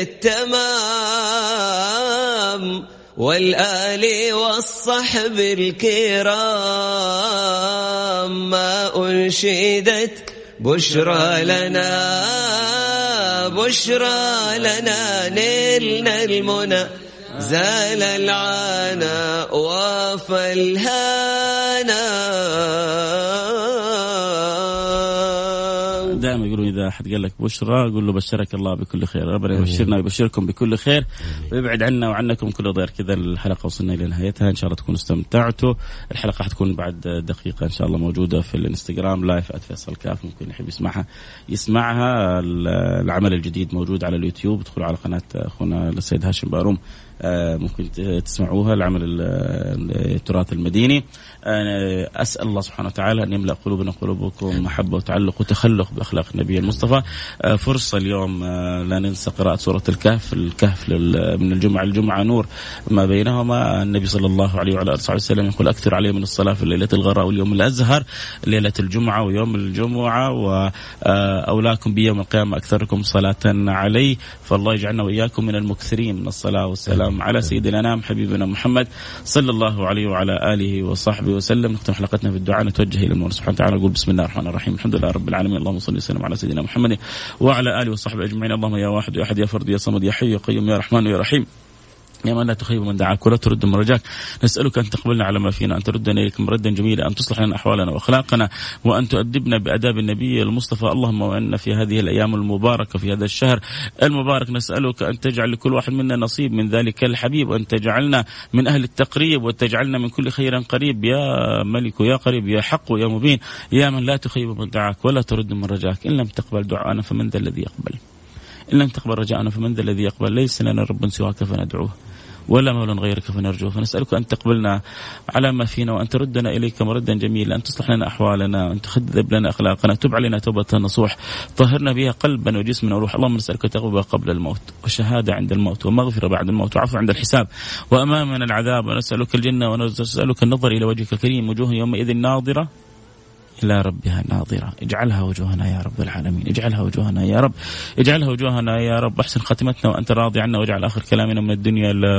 التمام، والآل والصحب الكرام. ما أنشدت بشرى لنا، بشرى لنا نلنا المنى، زال العنا وافى الهنا. دائما يقولون إذا أحد قال لك بشرى قل له بشرك الله بكل خير. ربنا يبشرنا ويبشركم بكل خير ويبعد عنا وعنكم كل ضير. كذا الحلقة وصلنا إلى نهايتها، إن شاء الله تكونوا استمتعتوا. الحلقة حتكون بعد دقيقة إن شاء الله موجودة في الانستغرام لايف @فيصل كاف، ممكن يحب يسمعها. العمل الجديد موجود على اليوتيوب، ادخلوا على قناة أخونا السيد هاشم باروم، ممكن تسمعوها، العمل التراث المديني. أسأل الله سبحانه وتعالى أن يملأ قلوبنا قلوبكم محبة وتعلق وتخلق بأخلاق النبي المصطفى. فرصة اليوم لا ننسى قراءة سورة الكهف من الجمعة الجمعة نور ما بينهما. النبي صلى الله عليه وعلى آله وسلم يقول أكثر عليه من الصلاة في الليلة الغراء واليوم الأزهر، ليلة الجمعة ويوم الجمعة، وأولاكم بيوم القيامة أكثركم صلاة عليه. فالله يجعلنا وإياكم من المكثرين من الصلاة والسلام والسلام على سيد الأنام حبيبنا محمد صلى الله عليه وعلى آله وصحبه وسلم. نختم حلقتنا في الدعاء، نتوجه إلى المولى سبحانه وتعالى، نقول بسم الله الرحمن الرحيم الحمد لله رب العالمين، اللهم صل وسلم على سيدنا محمد وعلى آله وصحبه أجمعين. اللهم يا واحد يا أحد يا فرد يا صمد يا حي يا قيوم يا رحمن يا رحيم يا من لا تخيب من دعاك ولا ترد من رجاك، نسألك أن تقبلنا على ما فينا، أن تردنا إليك مردا جميلا، أن تصلح لنا أحوالنا وأخلاقنا، وأن تؤدبنا بأداب النبي المصطفى. اللهم وإن في هذه الأيام المباركة في هذا الشهر المبارك نسألك أن تجعل لكل واحد منا نصيب من ذلك الحبيب، وأن تجعلنا من أهل التقريب، وتجعلنا من كل خير قريب يا ملك يا قريب يا حق يا مبين يا من لا تخيب من دعاك ولا ترد من رجاك. إن لم تقبل دعاءنا فمن ذا الذي يقبل، إن لم تقبل رجاءنا فمن ذا الذي يقبل. ليس لنا رب سواك فندعوه ولا مولى غيرك فنرجوه، فنسألك أن تقبلنا على ما فينا، وأن تردنا إليك مردا جميلا، أن تصلح لنا أحوالنا، وأن تخذب لنا أخلاقنا، تب علينا توبة نصوح طهرنا بها قلبا وجسما وروح. اللهم نسألك توبة قبل الموت، وشهادة عند الموت، ومغفرة بعد الموت، وعفو عند الحساب، وأمامنا العذاب، ونسألك الجنة، ونسألك النظر إلى وجهك الكريم، وجوه يومئذ ناظرة إلى ربها ناظرة. اجعلها وجوهنا يا رب العالمين، اجعلها وجوهنا يا رب، اجعلها وجوهنا يا رب. احسن ختمتنا وأنت راضي عنا، واجعل آخر كلامنا من الدنيا لا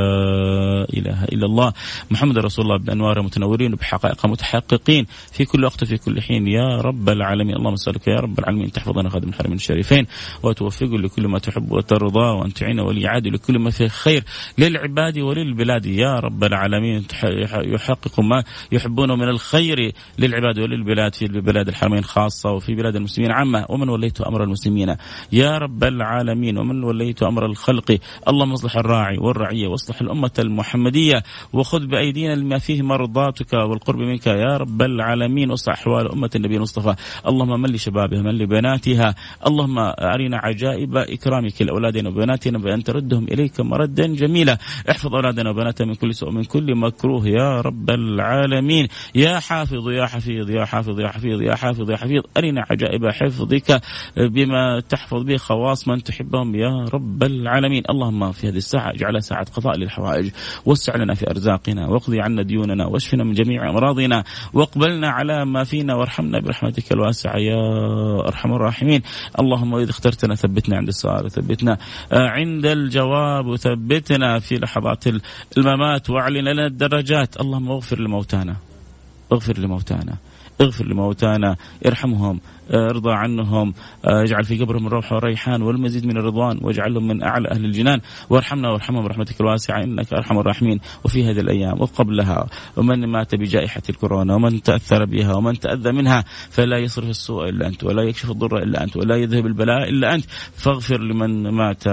إله إلا الله محمد رسول الله بأنوار متنورين وبحقائق متحققين في كل وقت في كل حين يا رب العالمين. اللهم نسألك يا رب العالمين تحفظنا خادم الحرمين الشريفين، وتوفقه لكل ما تحب وترضى، وأن تعينه وليعاد لكل ما فيه خير للعباد وللبلاد يا رب العالمين، يحقق ما يحبونه من الخير للعباد وللبلاد في بلاد الحرمين خاصة، وفي بلاد المسلمين عامة، ومن وليت أمر المسلمين يا رب العالمين، ومن وليت أمر الخلق. اللهم اصلح الراعي والرعية، واصلح الأمة المحمدية، وخذ بأيدينا لما فيه مرضاتك والقرب منك يا رب العالمين، واصلح أحوال أمة النبي المصطفى. اللهم من لشبابها من لبناتها، اللهم أرنا عجائب إكرامك لأولادنا وبناتنا بأن تردهم إليك مردا جميلا. احفظ أولادنا وبناتنا من كل سوء من كل مكروه يا رب العالمين. يا حافظ يا حفيظ يا حافظ يا حفيظ يا حافظ يا حفيظ، أرنا عجائب حفظك بما تحفظ به خواص من تحبهم يا رب العالمين. اللهم في هذه الساعة اجعلها ساعة قضاء للحوائج، وسع لنا في أرزاقنا، واقضي عنا ديوننا، واشفنا من جميع أمراضنا، واقبلنا على ما فينا، وارحمنا برحمتك الواسعة يا أرحم الراحمين. اللهم إذا اخترتنا ثبتنا عند السؤال، ثبتنا عند الجواب، وثبتنا في لحظات الممات، واعلن لنا الدرجات. اللهم اغفر لموتانا، اغفر لموتانا، اغفر لموتانا، ارحمهم، ارضى عنهم، اجعل في قبرهم الروح والريحان والمزيد من الرضوان، واجعلهم من أعلى أهل الجنان، وارحمنا وارحمهم برحمتك الواسعة إنك أرحم الراحمين. وفي هذه الأيام وقبلها، ومن مات بجائحة الكورونا، ومن تأثر بها، ومن تأذى منها، فلا يصرف السوء إلا أنت، ولا يكشف الضر إلا أنت، ولا يذهب البلاء إلا أنت. فاغفر لمن مات،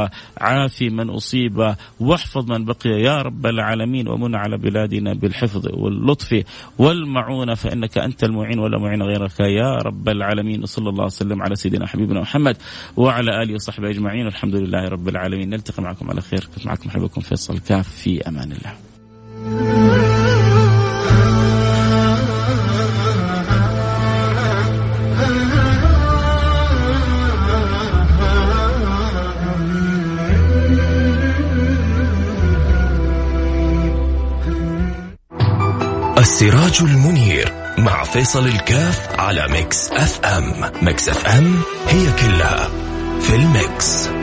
وعافي من أصيب، واحفظ من بقي يا رب العالمين، ومن على بلادنا بالحفظ واللطف والمعونة، فإنك أنت المعين ولا معين غيرك يا رب العالمين. صلى الله وسلم على سيدنا حبيبنا محمد وعلى آله وصحبه أجمعين، والحمد لله رب العالمين. نلتقي معكم على خير. كنت معكم حبيبكم فيصل الكاف، في أمان الله. السراج المنير مع فيصل الكاف على ميكس اف ام. ميكس اف ام هي كلها في الميكس.